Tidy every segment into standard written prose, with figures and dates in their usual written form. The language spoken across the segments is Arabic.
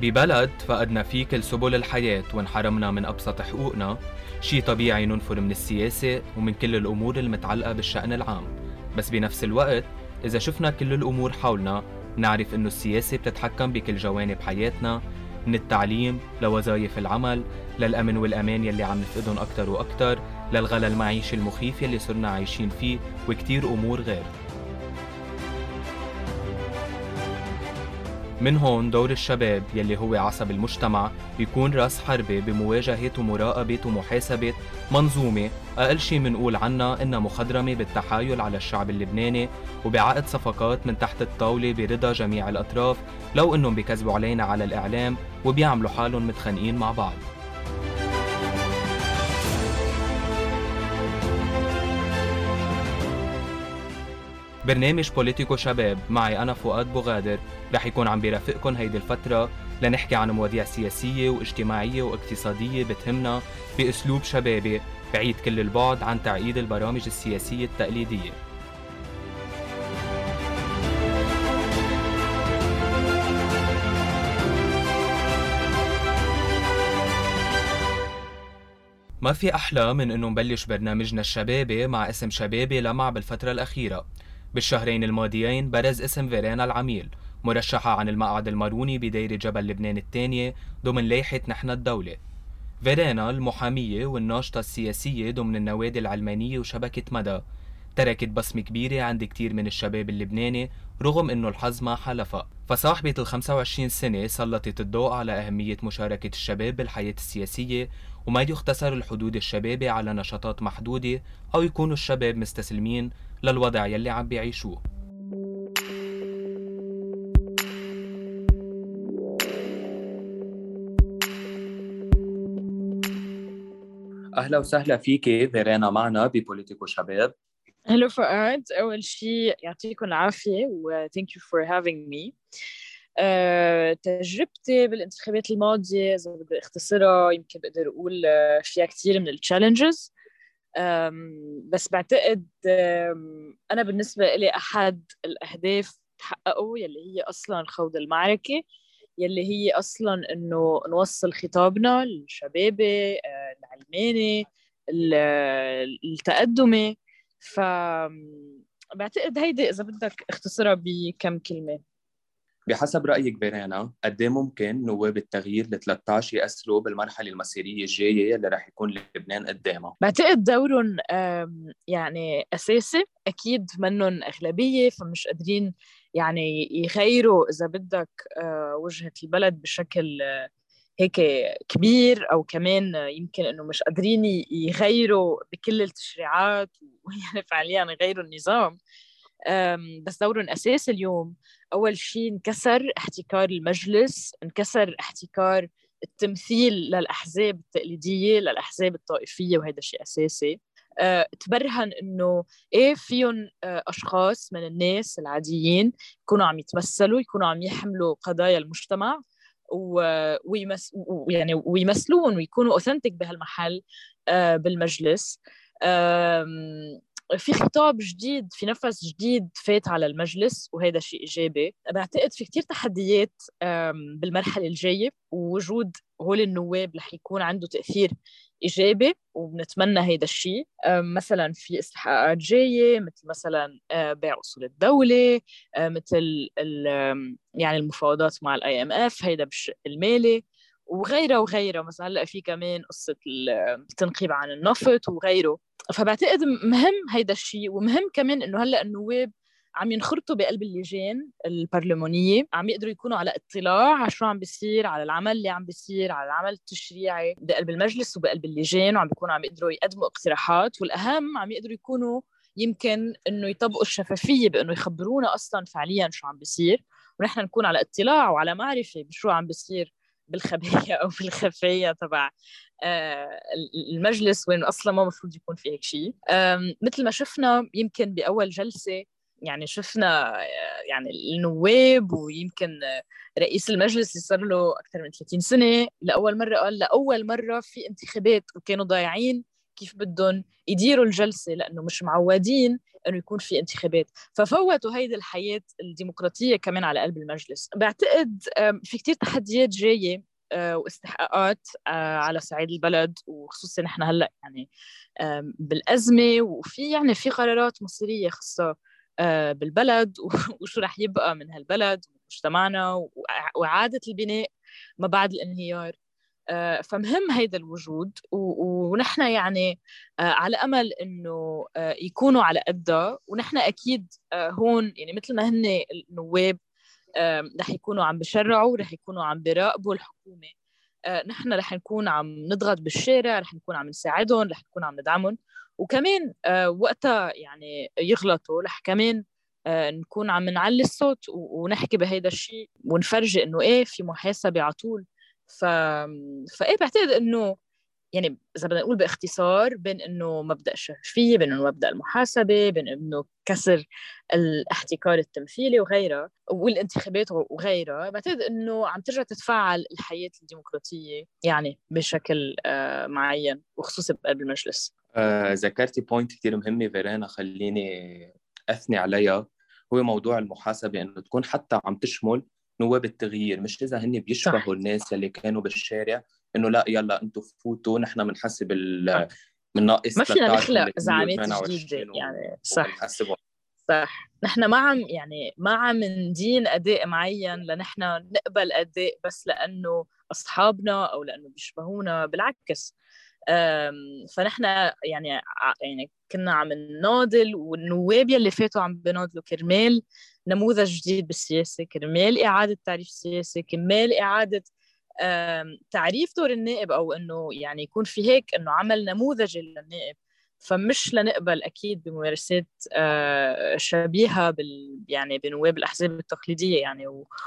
ببلد فقدنا فيه كل سبل الحياة وانحرمنا من أبسط حقوقنا، شي طبيعي ننفر من السياسة ومن كل الأمور المتعلقة بالشأن العام. بس بنفس الوقت إذا شفنا كل الأمور حولنا نعرف إنه السياسة بتتحكم بكل جوانب حياتنا، من التعليم لوظائف العمل للأمن والأمان يلي عم نفقدهم أكتر وأكتر، للغلا المعيشي المخيف يلي صرنا عايشين فيه وكتير أمور غير. من هون دور الشباب يلي هو عصب المجتمع بيكون راس حربة بمواجهة ومراقبة ومحاسبة منظومة أقل شي منقول عنها إنها مخضرمة بالتحايل على الشعب اللبناني وبعقد صفقات من تحت الطاولة برضا جميع الأطراف، لو إنهم بيكذبوا علينا على الإعلام وبيعملوا حالهم متخانقين مع بعض. برنامج بوليتيكو شباب معي أنا فؤاد بوغادر رح يكون عم بيرافقكن هيدي الفترة لنحكي عن مواضيع سياسية واجتماعية واقتصادية بتهمنا بأسلوب شبابي بعيد كل البعد عن تعقيد البرامج السياسية التقليدية. ما في أحلى من إنه نبلش برنامجنا الشبابي مع اسم شبابي لمع بالفترة الأخيرة. بالشهرين الماضيين برز اسم فيرانا العميل، مرشحة عن المقعد الماروني بدايرة جبل لبنان الثانية ضمن لائحة نحن الدولة. فيرانا المحامية والناشطة السياسية ضمن النوادي العلمانية وشبكة مدى تركت بصمة كبيرة عند كتير من الشباب اللبناني رغم انه الحظ ما حلفها. فصاحبة ال25 سنة سلطت الضوء على أهمية مشاركة الشباب بالحياة السياسية وما يختصر الحدود الشبابي على نشاطات محدودة أو يكونوا الشباب مستسلمين للوضع يلي عم بيعيشوه. أهلا وسهلا فيكي فيرانا معنا ببوليتيكو شباب. هلو فؤاد، أول شيء يعطيكم العافية و thank you for having me. تجربتي بالانتخابات الماضية إذا بدي أختصرها يمكن بقدر أقول فيها كتير من التشالنجز، بس بعتقد أنا بالنسبة لي أحد الأهداف تحققوا يلي هي أصلاً خوض المعركة، يلي هي أصلاً إنه نوصل خطابنا للشبابي العلماني التقدمي. فبعتقد هيدي إذا بدك اختصرها بكم كلمة. بحسب رأيك فيرانا قد ايه ممكن نواب التغيير ل 13 يأثروا بالمرحلة المسيرية الجاية اللي رح يكون لبنان قدامها؟ بعتقد دورهم يعني أساسي، أكيد منهم أغلبية فمش قادرين يعني يغيروا إذا بدك وجهة البلد بشكل هيك كبير، أو كمان يمكن إنه مش قادرين يغيروا بكل التشريعات ويعني فعليا يغيروا النظام. بس دورهم أساسي اليوم. أول شيء انكسر احتكار المجلس، انكسر احتكار التمثيل للأحزاب التقليدية للأحزاب الطائفية، وهذا شيء أساسي. تبرهن إنه إيه فيهم أشخاص من الناس العاديين يكونوا عم يتمثلوا، يكونوا عم يحملوا قضايا المجتمع ويمثلون ويكونوا أوثنتيك بهالمحل بالمجلس. في خطاب جديد، في نفس جديد فات على المجلس، وهذا شيء إيجابي. بعتقد في كتير تحديات بالمرحلة الجاية، ووجود هول النواب رح يكون عنده تأثير إيجابي وبنتمنى هيدا الشيء. مثلا في استحقاقات جاية مثل مثلا بيع أصول الدولة، مثل يعني المفاوضات مع IMF هيدا بالشق المالي وغيره وغيره. مثلا هلأ في كمان قصة التنقيب عن النفط وغيره. فبعتقد مهم هيدا الشيء، ومهم كمان إنه هلأ النواب عم ينخرطوا بقلب اللجان البرلمانية، عم يقدروا يكونوا على اطلاع على شو عم بيصير، على العمل اللي عم بيصير، على العمل التشريعي بقلب المجلس وبقلب اللجان، وعم بيكونوا عم يقدروا يقدموا اقتراحات، والأهم عم يقدروا يكونوا يمكن إنه يطبقوا الشفافية بإنه يخبرونا أصلاً فعلياً شو عم بيصير، ونحن نكون على اطلاع وعلى معرفة بشو عم بيصير بالخبايا أو بالخفايا تبع المجلس، وين أصلاً ما مفروض يكون في هيك شيء. مثل ما شفنا يمكن بأول جلسة، يعني شفنا يعني النواب ويمكن رئيس المجلس اللي صار له أكثر من 30 سنة لأول مرة قال لأول مرة في انتخابات، وكانوا ضايعين كيف بدهم يديروا الجلسة، لأنه مش معودين أنه يكون في انتخابات. ففوتوا هيدي الحياة الديمقراطية كمان على قلب المجلس. بعتقد في كتير تحديات جاية واستحقاقات على صعيد البلد، وخصوصا نحن هلأ يعني بالأزمة، وفي يعني في قرارات مصيرية خاصة بالبلد وشو رح يبقى من هالبلد ومجتمعنا وإعادة البناء ما بعد الانهيار. فمهم هيدا الوجود، ونحن يعني على أمل إنه يكونوا على قدها. ونحن أكيد هون يعني مثل ما هن النواب رح يكونوا عم بشرعوا، رح يكونوا عم بيراقبوا الحكومة، نحن رح نكون عم نضغط بالشارع، رح نكون عم نساعدهم، رح نكون عم ندعمهم. وكمان وقتها يعني يغلطوا رح كمان نكون عم نعلي الصوت ونحكي بهيدا الشيء، ونفرجي انه ايه في محاسبة على طول. ف... فايه بعتقد انه يعني إذا بدنا نقول باختصار، بين إنه مبدأ الشفافية، بين إنه مبدأ المحاسبة، بين إنه كسر الاحتكار التمثيلي وغيرها، والانتخابات وغيرها، بعتقد إنه عم ترجع تتفاعل الحياة الديمقراطية يعني بشكل معين، وخصوصي بقلب المجلس. ذكرتي بوينت كتير مهمة فيرانا، خليني أثني عليها. هو موضوع المحاسبة، إنه تكون حتى عم تشمل نواب التغيير، مش إذا هن صح. بيشبهوا الناس اللي كانوا بالشارع إنه لا يلا أنتوا فوتوا نحن بنحسب صح. من ما ناقص فينا 13 نخلق ل زعامات جديدة 28 يعني. صح. وبنحسبهم. صح. نحن ما عم يعني ما عم ندين أداء معين لنحن نقبل أداء بس لأنه أصحابنا أو لأنه بيشبهونا، بالعكس. فنحن يعني يعني كنا عم نناضل، والنواب يلي فاتوا عم بناضلوا كرمال نموذج جديد بالسياسة، كرمال إعادة تعريف السياسة، كرمال إعادة تعريف دور النائب، أو إنه يعني يكون في هيك إنه عمل نموذجي للنائب. فمش لنقبل أكيد بممارسات شبيهة يعني بنواب الأحزاب التقليدية يعني.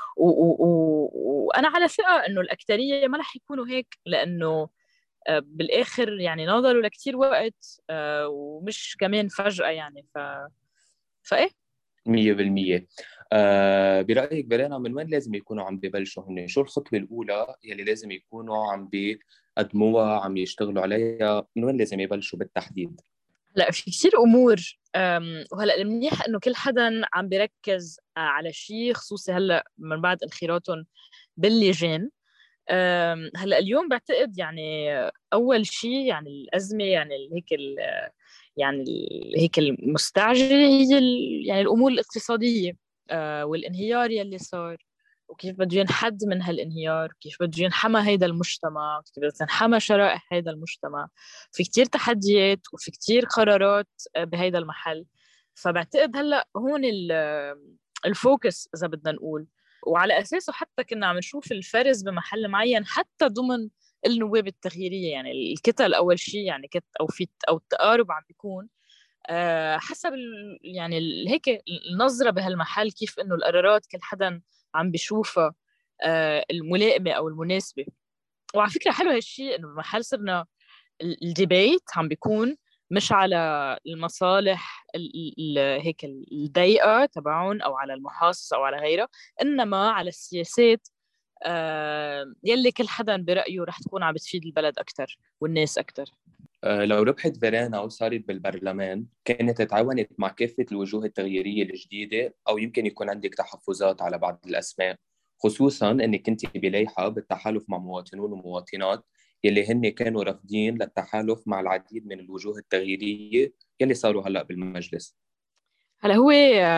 وأنا على ثقة إنه الأكثرية ما رح يكونوا هيك، لأنه بالآخر يعني ناضلوا لكتير وقت ومش كمان فجأة يعني. فإيه. 100%. برأيك بلانا من وين لازم يكونوا عم ببلشوا هن؟ شو الخطوة الأولى يلي لازم يكونوا عم بيقدموها، عم يشتغلوا عليها؟ من وين لازم يبلشوا بالتحديد؟ لا، في كثير امور. وهلا المنيح انه كل حدا عم بيركز على شيء خصوصي هلا من بعد انخراطهم باللجان. هلا اليوم بعتقد يعني اول شيء يعني الازمه يعني يعني هيك المستعجله هي يعني الامور الاقتصاديه والانهيار يلي صار، وكيف بده ينحد من هالانهيار، كيف بده ينحمى هيدا المجتمع، كيف بده تنحمى شرائح هيدا المجتمع. في كتير تحديات وفي كتير قرارات بهيدا المحل. فبعتقد هلا هون الفوكس اذا بدنا نقول، وعلى اساسه حتى كنا عم نشوف الفرز بمحل معين حتى ضمن النواب التغييريه. يعني الكتل اول شيء يعني او التقارب عم بيكون حسب يعني هيك النظرة بهالمحل، كيف إنه القرارات كل حدا عم بيشوفها الملائمة أو المناسبة. وعلى فكرة حلو هالشيء إنه بمحل صرنا الديبيت عم بيكون مش على المصالح هيك الضيقة تبعهم أو على المحاصص أو على غيرها، إنما على السياسات يلي كل حدا برأيه رح تكون عم بتفيد البلد أكتر والناس أكتر. لو ربحت فيرانا وصارت بالبرلمان، كانت تعاونت مع كافة الوجوه التغييرية الجديدة، أو يمكن يكون عندك تحفظات على بعض الأسماء، خصوصا أنك كنت بلايحة بالتحالف مع مواطنون ومواطنات يلي هن كانوا رافضين للتحالف مع العديد من الوجوه التغييرية يلي صاروا هلأ بالمجلس. هلا هو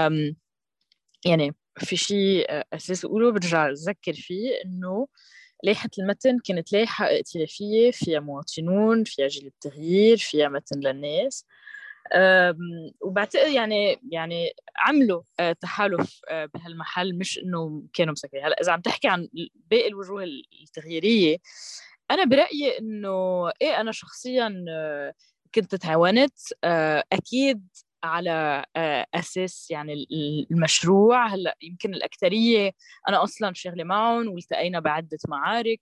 يعني في شيء أساس أقوله برجع أتذكر فيه، إنه لائحة المتن كانت لائحة ائتلافية فيها مواطنون، فيها جيل التغيير، فيها متن للناس. وبعتقد يعني عملوا تحالف بهالمحل، مش إنه كانوا مسكرين. هلا إذا عم تحكي عن باقي الوجوه التغييرية، أنا برأيي إنه إيه، أنا شخصيا كنت تعاونت أكيد على أساس يعني المشروع. هلا يمكن الأكثرية أنا أصلا شغلة معهم والتقينا بعدة معارك،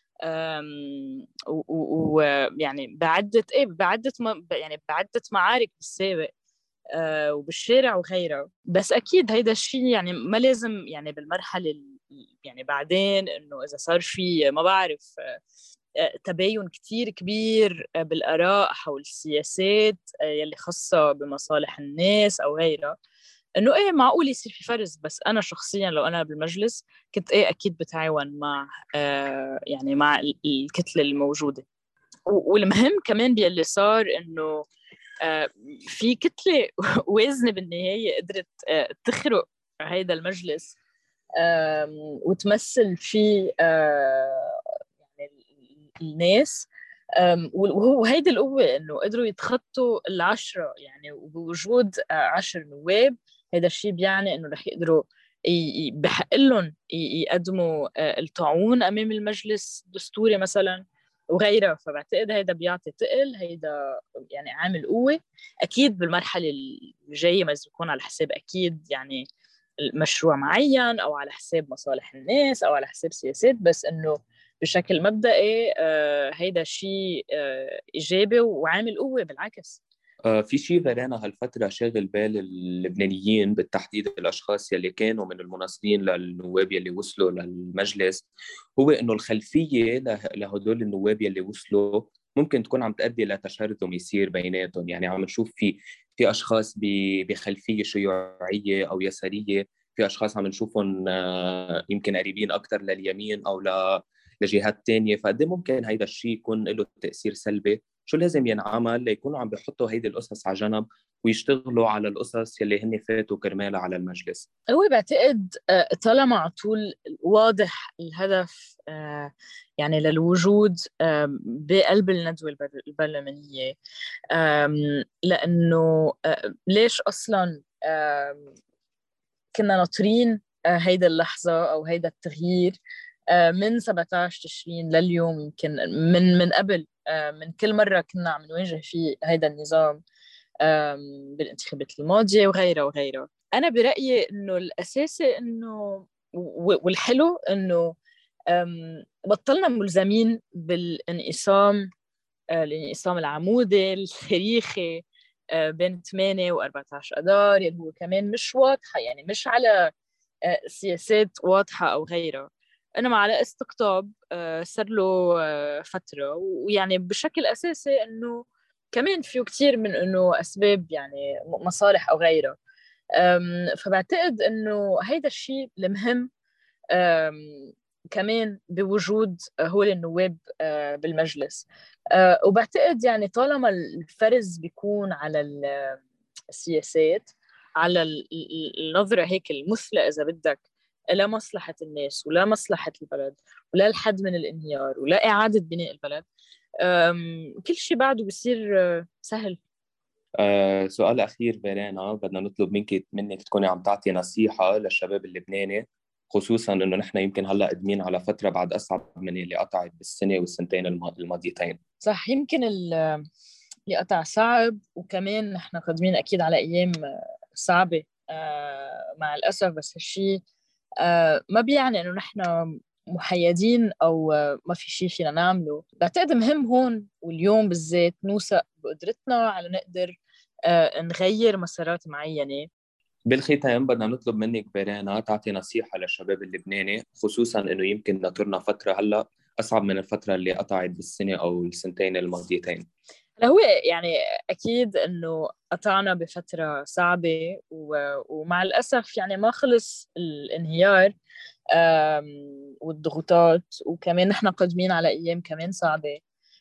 ويعني بعدة إيه بعدة يعني بعدة معارك بالسابق وبالشارع وغيرها. بس أكيد هيدا الشيء يعني ما لازم يعني بالمرحلة يعني بعدين إنه إذا صار في ما بعرف تباين كتير كبير بالآراء حول السياسات يلي خاصة بمصالح الناس أو غيرها، إنه إيه معقول يصير في فرز. بس أنا شخصياً لو أنا بالمجلس كنت إيه أكيد بتعاون مع يعني مع الكتلة الموجودة. والمهم كمان باللي صار إنه في كتلة وازنة بالنهاية قدرت تخرق هيدا المجلس وتمثل في يعني الناس، وهيدي القوة إنه قدروا يتخطوا العشرة، يعني وبوجود 10 نواب. هذا الشيء بيعني إنه رح يقدروا بحق لهم يقدموا الطاعون أمام المجلس الدستوري مثلا وغيرها. فبعتقد هيدا بيعطي تقل، هيدا يعني عامل قوة. أكيد بالمرحلة الجاية ما يكون على حساب أكيد يعني مشروع معين أو على حساب مصالح الناس أو على حساب سياسات، بس إنه بشكل مبدئي هيدا شيء إيجابي وعامل قوة بالعكس. في شيء فعلا هالفترة شاغل بال اللبنانيين بالتحديد الأشخاص يلي كانوا من المناصرين للنواب يلي وصلوا للمجلس، هو إنه الخلفية لهدول النواب يلي وصلوا ممكن تكون عم تؤدي لتشرذم يصير بيناتهم. يعني عم نشوف في أشخاص بخلفية شيوعية أو يسارية، في أشخاص عم نشوفهم يمكن قريبين أكثر لليمين أو لجهات تانية. فقد ممكن هيدا الشيء يكون له تأثير سلبي؟ شو لازم ينعمل ليكونوا عم بيحطوا هيدي القصص على جنب ويشتغلوا على القصص يلي هن فاتوا كرمالها على المجلس؟ هو بعتقد طالما على طول واضح الهدف يعني للوجود بقلب الندوة البرلمانية، لأنه ليش أصلا كنا ناطرين هيدا اللحظة أو هيدا التغيير من 17 تشرين لليوم، يمكن من قبل من كل مرة كنا عم نواجه في هيدا النظام بالانتخابات الماضية وغيرها وغيرها. أنا برأيي إنه الأساسي إنه والحلو إنه بطلنا ملزمين بالانقسام، الانقسام العمودي التاريخي بين 8 و14 أذار، اللي هو كمان مش واضحة، يعني مش على سياسات واضحة أو غيرها، إنما على استقطاب صار له فترة. ويعني بشكل أساسي إنه كمان فيه كتير من إنه أسباب يعني مصالح أو غيرها. فبعتقد إنه هيدا الشيء المهم كمان بوجود هو النواب بالمجلس. وبعتقد يعني طالما الفرز بيكون على السياسات، على النظرة هيك المثلى إذا بدك لا مصلحة الناس ولا مصلحة البلد ولا الحد من الانهيار ولا إعادة بناء البلد، كل شيء بعده بصير سهل. سؤال أخير فيرانا، بدنا نطلب منك تكوني عم تعطي نصيحة للشباب اللبناني، خصوصا إنه نحن يمكن هلأ قدمين على فترة بعد أصعب من اللي قطعت بالسنة والسنتين الماضيتين. صح، يمكن اللي قطع صعب، وكمان نحن قادمين أكيد على أيام صعبة مع الأسف. بس هالشيء ما بيعني إنه نحن محيدين أو ما في شيء فينا نعمله. بعتقد مهم هون واليوم بالذات نوثق بقدرتنا على نقدر نغير مسارات معينة. بالختام بدنا نطلب منك فيرانا تعطي نصيحة للشباب اللبناني، خصوصا إنه يمكن ناطرنا فترة هلأ أصعب من الفترة اللي قطعت بالسنة أو السنتين الماضيتين. هلا هو يعني أكيد إنه قطعنا بفترة صعبة ومع الأسف يعني ما خلص الانهيار والضغوطات، وكمان نحن قادمين على أيام كمان صعبة.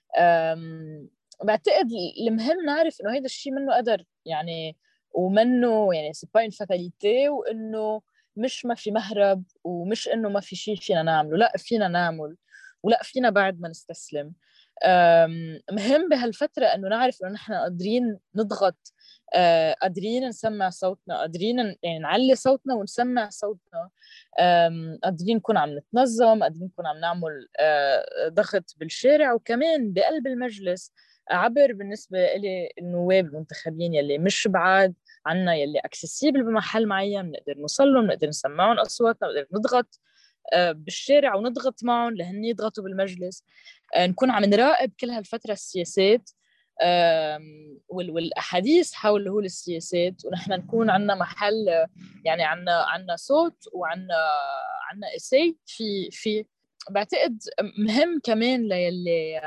بعتقد المهم نعرف إنه هيدا الشيء منه قدر يعني، ومنه يعني سباين فاتاليتي، وإنه مش ما في مهرب، ومش إنه ما في شيء فينا نعمله، لا فينا نعمل، ولا فينا بعد ما نستسلم. مهم بهالفترة إنه نعرف إنه نحن قادرين نضغط، قادرين نسمع صوتنا، قادرين يعني نعلي صوتنا ونسمع صوتنا، قادرين نكون عم نتنظم، قادرين نكون عم نعمل ضغط بالشارع وكمان بقلب المجلس، عبر بالنسبة إلي النواب المنتخبين يلي مش بعاد عنا، يلي اكسسيبل بمحل معين، نقدر نوصل لهم، نقدر نسمعهم أصواتنا، نقدر نضغط بالشارع ونضغط معهم لهن يضغطوا بالمجلس. نكون عم نراقب كل هالفترة السياسات والأحاديث حول هول السياسات، ونحن نكون عنا محل يعني عنا صوت وعنا إسي في بعتقد مهم كمان للي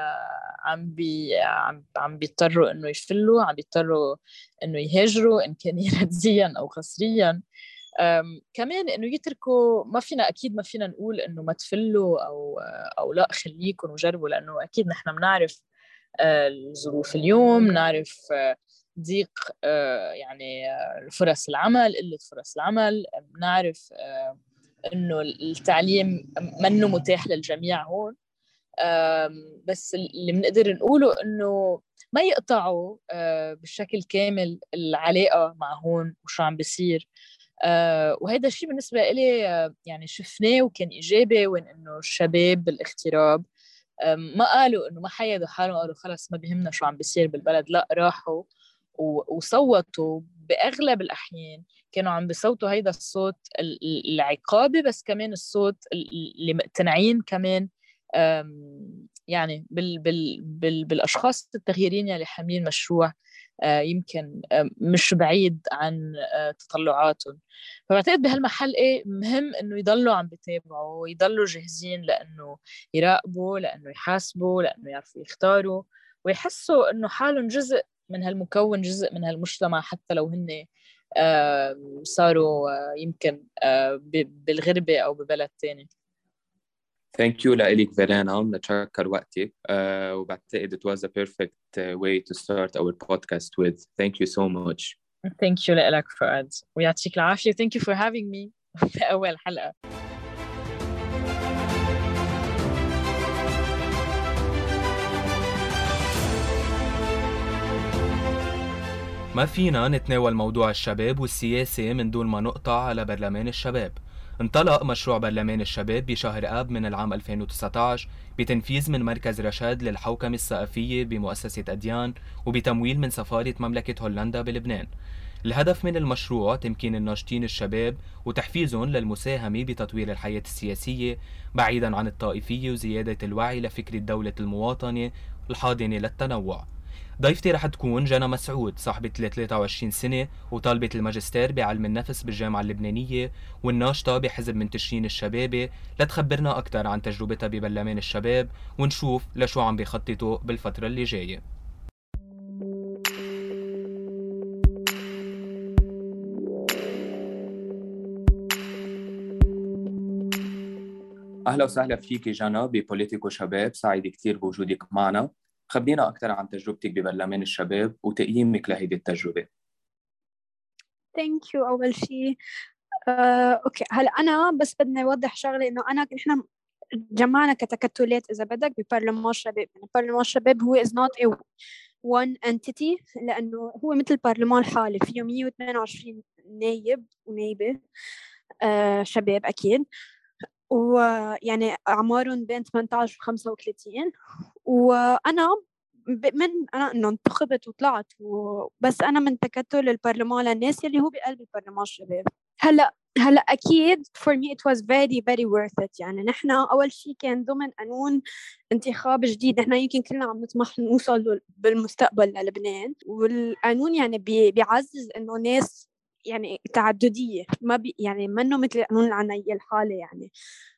عم بيضطروا انه يفلوا، عم بيضطروا انه يهاجروا ان كان رديا او قسريا. كمان انه يتركوا، اكيد ما فينا نقول انه ما تفلوا او لا خليكم وجربوا، لانه اكيد نحن بنعرف الظروف اليوم، نعرف ضيق يعني فرص العمل، قلة فرص العمل، بنعرف انه التعليم منه متاح للجميع هون. بس اللي بنقدر نقوله انه ما يقطعوا بشكل كامل العلاقة مع هون وشو عم بيصير. وهذا الشيء بالنسبة إلي يعني شفناه وكان إيجابي، وين إنه الشباب بالاغتراب ما قالوا إنه ما حيدوا حالهم، قالوا خلص ما بيهمنا شو عم بيصير بالبلد، لا راحوا وصوتوا. بأغلب الأحيان كانوا عم بيصوتوا هيدا الصوت العقابي، بس كمان الصوت اللي مقتنعين كمان يعني بالأشخاص التغييرين يلي حاملين مشروع يمكن مش بعيد عن تطلعاتهم. فبعتقد بهالمحل مهم إنه يضلوا عم بيتابعوا ويضلوا جاهزين، لأنه يراقبوا، لأنه يحاسبوا، لأنه يعرفوا يختاروا، ويحسوا إنه حالهم جزء من هالمكون، جزء من هالمجتمع، حتى لو هن صاروا يمكن بالغربة أو ببلد تاني. Thank you لإلك فيرانا، بنتشكر وقتك وبعتقد it was a perfect way to start our podcast with. Thank you so much. Thank you لك فؤاد، ويعطيك العافية. Thank you for having me في أول حلقة. ما فينا نتناول موضوع الشباب والسياسة من دون ما نقطع على برلمان الشباب. انطلق مشروع برلمان الشباب بشهر آب من العام 2019 بتنفيذ من مركز رشاد للحوكمة الثقافية بمؤسسة أديان وبتمويل من سفارة مملكة هولندا بلبنان. الهدف من المشروع تمكين الناشطين الشباب وتحفيزهم للمساهمة بتطوير الحياة السياسية بعيدا عن الطائفية وزيادة الوعي لفكرة دولة المواطنة الحاضنة للتنوع. ضيفتي رح تكون جنى مسعود، صاحبة 23 سنة وطالبة الماجستير بعلم النفس بالجامعة اللبنانية والناشطة بحزب من تشرين الشبابي، لتخبرنا أكثر عن تجربتها ببرلمان الشباب ونشوف لشو عم بيخططوا بالفترة اللي جاية. أهلا وسهلا فيك جنى ببوليتيكو شباب، سعيد كتير بوجودك معنا. خبرينا أكثر عن تجربتك ببرلمان الشباب وتقييمك لهيدي التجربة. ثانك يو. أول شيء أوكي، هلا أنا بس بدنا نوضح شغلة، إنه نحن جمعنا كتكتلات إذا بدك ببرلمان الشباب. يعني برلمان الشباب هو is not a one entity، لأنه هو مثل برلمان حالي فيه 128 نايب ونايبة شباب أكيد، ويعني أعمارهم بين 18 و 35. وأنا أنا إنه انتخبت وطلعت بس أنا من تكتل البرلمان للناس اللي هو بقلب البرلمان الشباب. هلا أكيد for me it was very very worth it. يعني نحن أول شيء كان ضمن قانون انتخاب جديد، نحن يمكن كلنا عم نطمح نوصل بالمستقبل للبنان، والقانون يعني بيعزز إنه ناس يعني تعددية، ما يعني منه مثل القانون العنية الحالي. يعني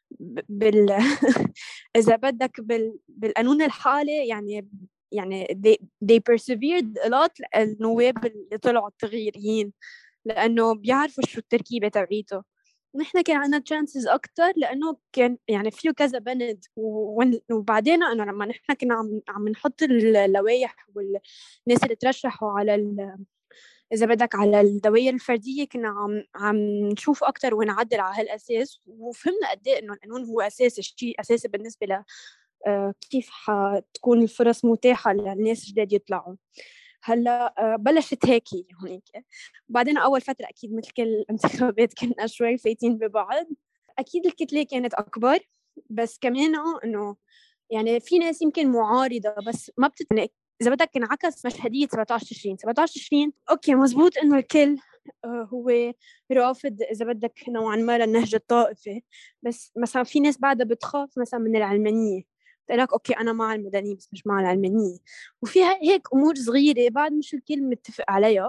إذا بدك بالقانون الحالي يعني they persevered a lot النواب اللي طلعوا التغييريين، لأنه بيعرفوا شو التركيبة تبعيته. نحن كان عنا chances أكتر لأنه كان يعني فيه كذا بند، وبعدين أنا لما نحن كنا عم نحط اللوائح والناس اللي ترشحوا على إذا بدك على الدوائر الفردية، كنا عم نشوف أكتر ونعدل على هالأساس، وفهمنا قد إيه إنه القانون هو أساسي، شيء أساسي بالنسبة ل كيف حتكون الفرص متاحة للناس جداد يطلعوا. هلا بلشت هيك هونيك، وبعدين أول فترة أكيد مثل كل الانتخابات كنا شوي فايتين ببعض. أكيد الكتلة كانت أكبر، بس كمان إنه يعني في ناس يمكن معارضة بس ما إذا بدك انعكس مشهدية 17/20 أوكي مزبوط إنه الكل هو رافض إذا بدك نوعا ما للنهج الطائفي، بس مثلا في ناس بعدها بتخاف مثلا من العلمانية، تقولك أوكي أنا مع المدنية بس مش مع العلمانية، وفيها هيك أمور صغيرة بعد مش الكل متفق عليها،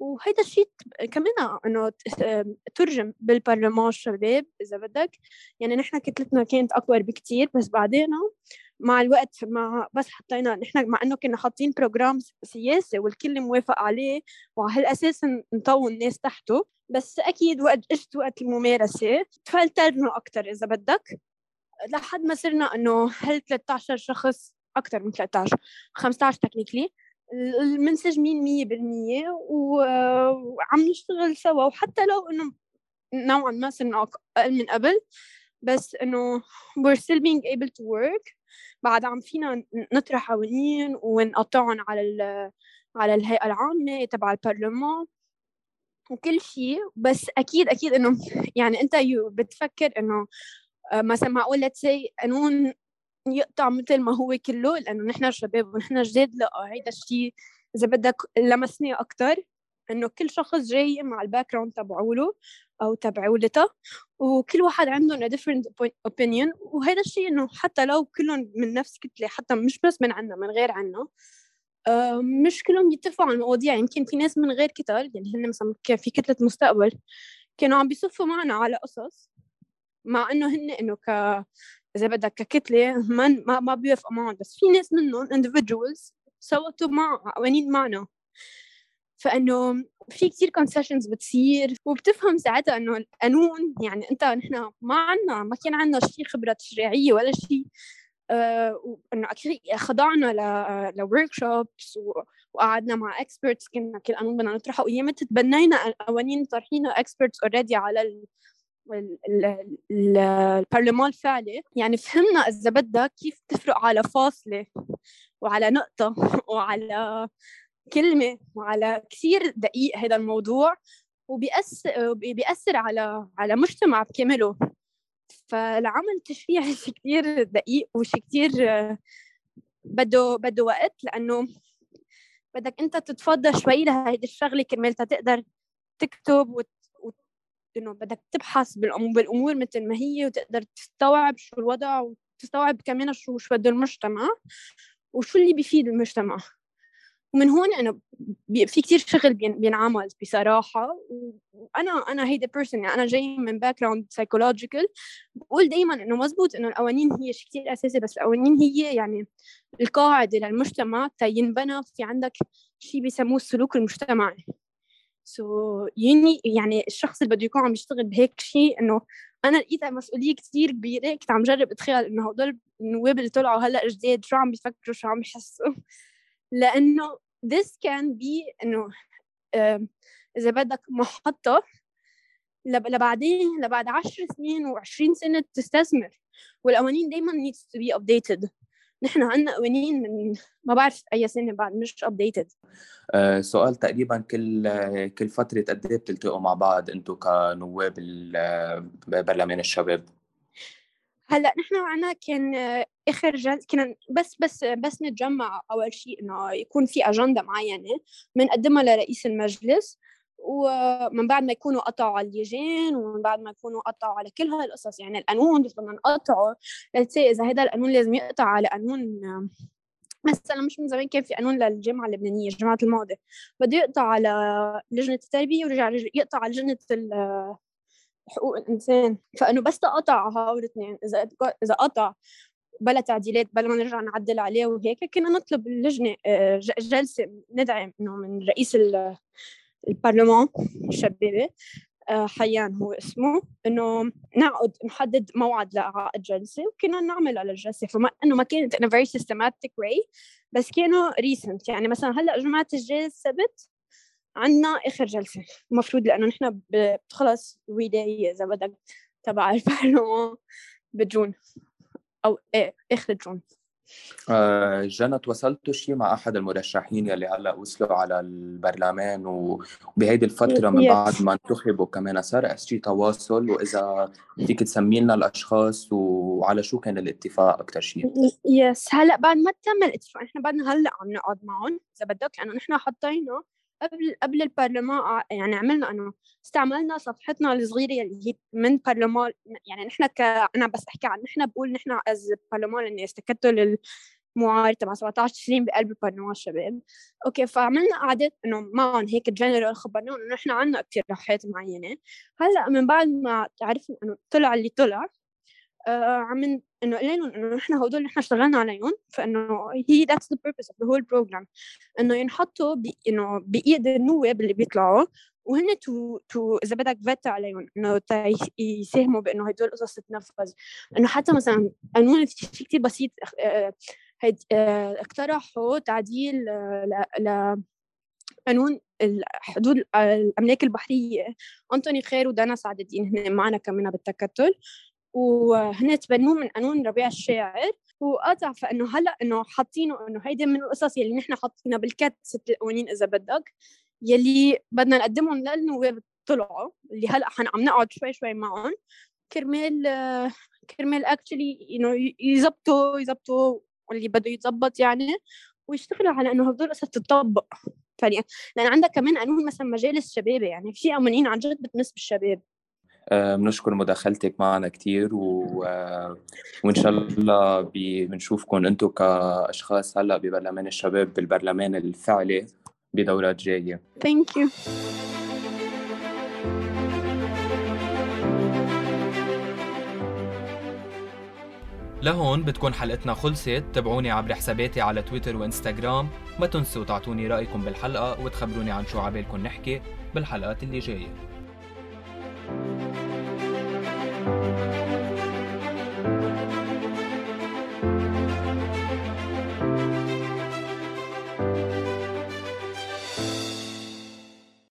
وهيدا الشيء كمان إنه ترجم بالبرلمان الشباب إذا بدك. يعني نحن كتلتنا كانت أكبر بكتير، بس بعدين مع الوقت بس حطينا نحن، مع إنه كنا حاطين بروجرام سياسي والكل موافق عليه وعلى هالأساس نطول الناس تحته، بس أكيد وقت الممارسة تفلترنا أكتر إذا بدك، لحد ما صرنا إنه 13 شخص، أكتر من 13 15 تكنيكلي، منسجمين 100% وعم نشتغل سوا. وحتى لو إنه نوعا ما صرنا أقل من قبل، بس إنه we're still being able to work. بعد عم فينا نطرح قوانين ونقطعهم على الهيئة العامة تبع البرلمان وكل شيء. بس أكيد إنه يعني أنت بتفكر إنه مثلا معقول let's say قانون يقطع مثل ما هو كله لأنه نحن شباب ونحن جداد؟ لا، هيدا الشيء إذا بدك لمسني أكتر، إنه كل شخص جاي مع الباك جراوند تبعوله أو تبعولته، وكل واحد عندهم a different opinion. وهذا الشيء إنه حتى لو كلهم من نفس كتلة، حتى مش بس من عنا، من غير عنا، مش كلهم يتفقوا على المواضيع. يمكن في ناس من غير كتل، يعني هن مثلا في كتلة مستقبل كانوا عم بيصفوا معنا على قصص، مع إنه هن إنه إذا بدك ككتلة ما بيوافقوا معهم، بس في ناس منهم individuals صوتوا مع قوانين معنا. فإنه في كتير concessions بتصير، وبتفهم ساعتها إنه القانون يعني نحن ما كان عنا شيء خبرة تشريعية ولا شيء، وإنه خضعنا ل workshops وقعدنا مع experts، كنا كل قانون بدنا نطرحه، ويامت تبنينا قوانين طرحينها experts already على البرلمان الفعلي. يعني فهمنا إذا بدك كيف تفرق على فاصلة وعلى نقطة وعلى كلمة وعلى كثير دقيق هذا الموضوع، وبيأثر على مجتمع بكامله. فالعمل التشريعي شيء كتير دقيق وشيء كتير بده وقت، لأنه بدك أنت تتفضى شوي لهيدي الشغلة كرمال تقدر تكتب إنه بدك تبحث بالأمور مثل ما هي، وتقدر تستوعب شو الوضع، وتستوعب كمان شو بده المجتمع وشو اللي بيفيد المجتمع. ومن هون أنا في كتير شغل بينعمل بصراحة. وأنا هيدا person، يعني أنا جاي من background psychological، بقول دايما إنه مزبوط إنه القوانين هي شيء كتير أساسي، بس القوانين هي يعني القاعدة للمجتمع تينبنى في عندك شيء بيسموه السلوك المجتمعي. يعني الشخص اللي بده يكون عم يشتغل بهيك شيء، إنه أنا لقيتها مسؤولية كتير كبيرة. كنت عم جرب أتخيل إنه هدول النواب اللي طلعوا هلأ جديد شو عم بيفكروا، شو عم بيحسوا، لأنه this can be إنه إذا بدك محطة لبعدين، لبعد 10 سنين و20 سنة تستثمر. والقوانين دايما needs to be updated. نحن عنا قوانين من ما بعرف أي سنة بعد مش updated. سؤال، تقريبا كل فترة قد ايه بتلتقوا مع بعض انتم كنواب برلمان الشباب؟ هلا نحن معنا كان اخر جلسه كنا بس نتجمع اول شيء انه يكون في اجنده معينه بنقدمها لرئيس المجلس، ومن بعد ما يكونوا قطعوا على اللجان، ومن بعد ما يكونوا قطعوا على كل هالقصص، يعني القانون بس بدنا نقطعه. اذا هذا القانون لازم يقطع على قانون، مثلا مش من زمان كان في قانون للجامعه اللبنانيه الجمعه الماضيه، بده يقطع على لجنه التربيه ويرجع يقطع على لجنه حقوق الإنسان. فإنه بس تقطع هؤلاء الاثنين، إذا قطع بلا تعديلات بلا ما نرجع نعدل عليه وهيك، كنا نطلب اللجنة جلسة ندعم إنه من رئيس البرلمان الشبابي، حيان هو اسمه، إنه نحدد موعد لعقد جلسة، وكنا نعمل على الجلسة. فما إنه ما كانت in a very systematic way، بس كانوا recent. يعني مثلا هلأ جمعة الجاي السبت عنا آخر جلسة المفروض، لأنه نحن بتخلص الوداعية إذا بدك تبع البرلمان بجون أو آخر جون. جنى، تواصلتوا شيء مع أحد المرشحين يلي هلأ وصلوا على البرلمان وبهيدي الفترة من بعد ما انتخبوا كمان صار شيء تواصل؟ وإذا فيك تسمي لنا الأشخاص وعلى شو كان الاتفاق أكتر شيء؟ يس، هلأ بعد ما تم الاتفاق نحن بعدنا هلأ عم نقعد معهم إذا بدك، لأنه نحن حطينا قبل البرلمان، يعني عملنا انه استعملنا صفحتنا الصغيره اللي هي من برلمان. يعني نحن انا بس احكي عن نحن، بقول نحن از برلمان الناس تكتل معارض تبع 17 تشرين بقلب البرنامج الشباب. اوكي، فعملنا قعدة انه معهم هيك جنرال، خبرناهم انه احنا عندنا اقتراحات معينة. هلا من بعد ما تعرفنا انه طلع اللي طلع، عم انه قلنا لهم انه نحن هدول اللي نحن اشتغلنا عليهم، فانه هي that's the purpose of the whole program، انه ينحطوا انه بايد النواب اللي بيطلعوا، وهن تو اذا بدك فيت عليهم انه يساهموا بانه هدول القصص تتنفذ. انه حتى مثلا قانون في كتير بسيط، اقترحوا تعديل قانون حدود الاملاك البحريه. انطوني خير ودانا سعد الدين هن معنا كمان بالتكتل، وهن تبنوه من قانون ربيع الشاعر وقطع. فانه هلا انه حاطينه انه هيدي من القصص يلي نحن حاطينها بالكات 6 القوانين اذا بدك، يلي بدنا نقدمهم للنواب طلعوا، اللي هلا عم نقعد شوي معهم كرمال اكشلي يزبطوا واللي بده يتزبط يعني، ويشتغلوا على انه هدول القصص تطبق فعليا. لان عندك كمان قانون مثلا مجالس شبابي، يعني في قوانين عن جد بتمس بالشباب. بنشكر مداخلتك معنا كتير وإن شاء الله بنشوفكم أنتم كأشخاص هلأ ببرلمان الشباب بالبرلمان الفعلي بدورات جاية. Thank you. لهون بتكون حلقتنا خلصت. تابعوني عبر حساباتي على تويتر وإنستغرام. ما تنسوا تعطوني رأيكم بالحلقة وتخبروني عن شو عبالكم نحكي بالحلقات اللي جاية.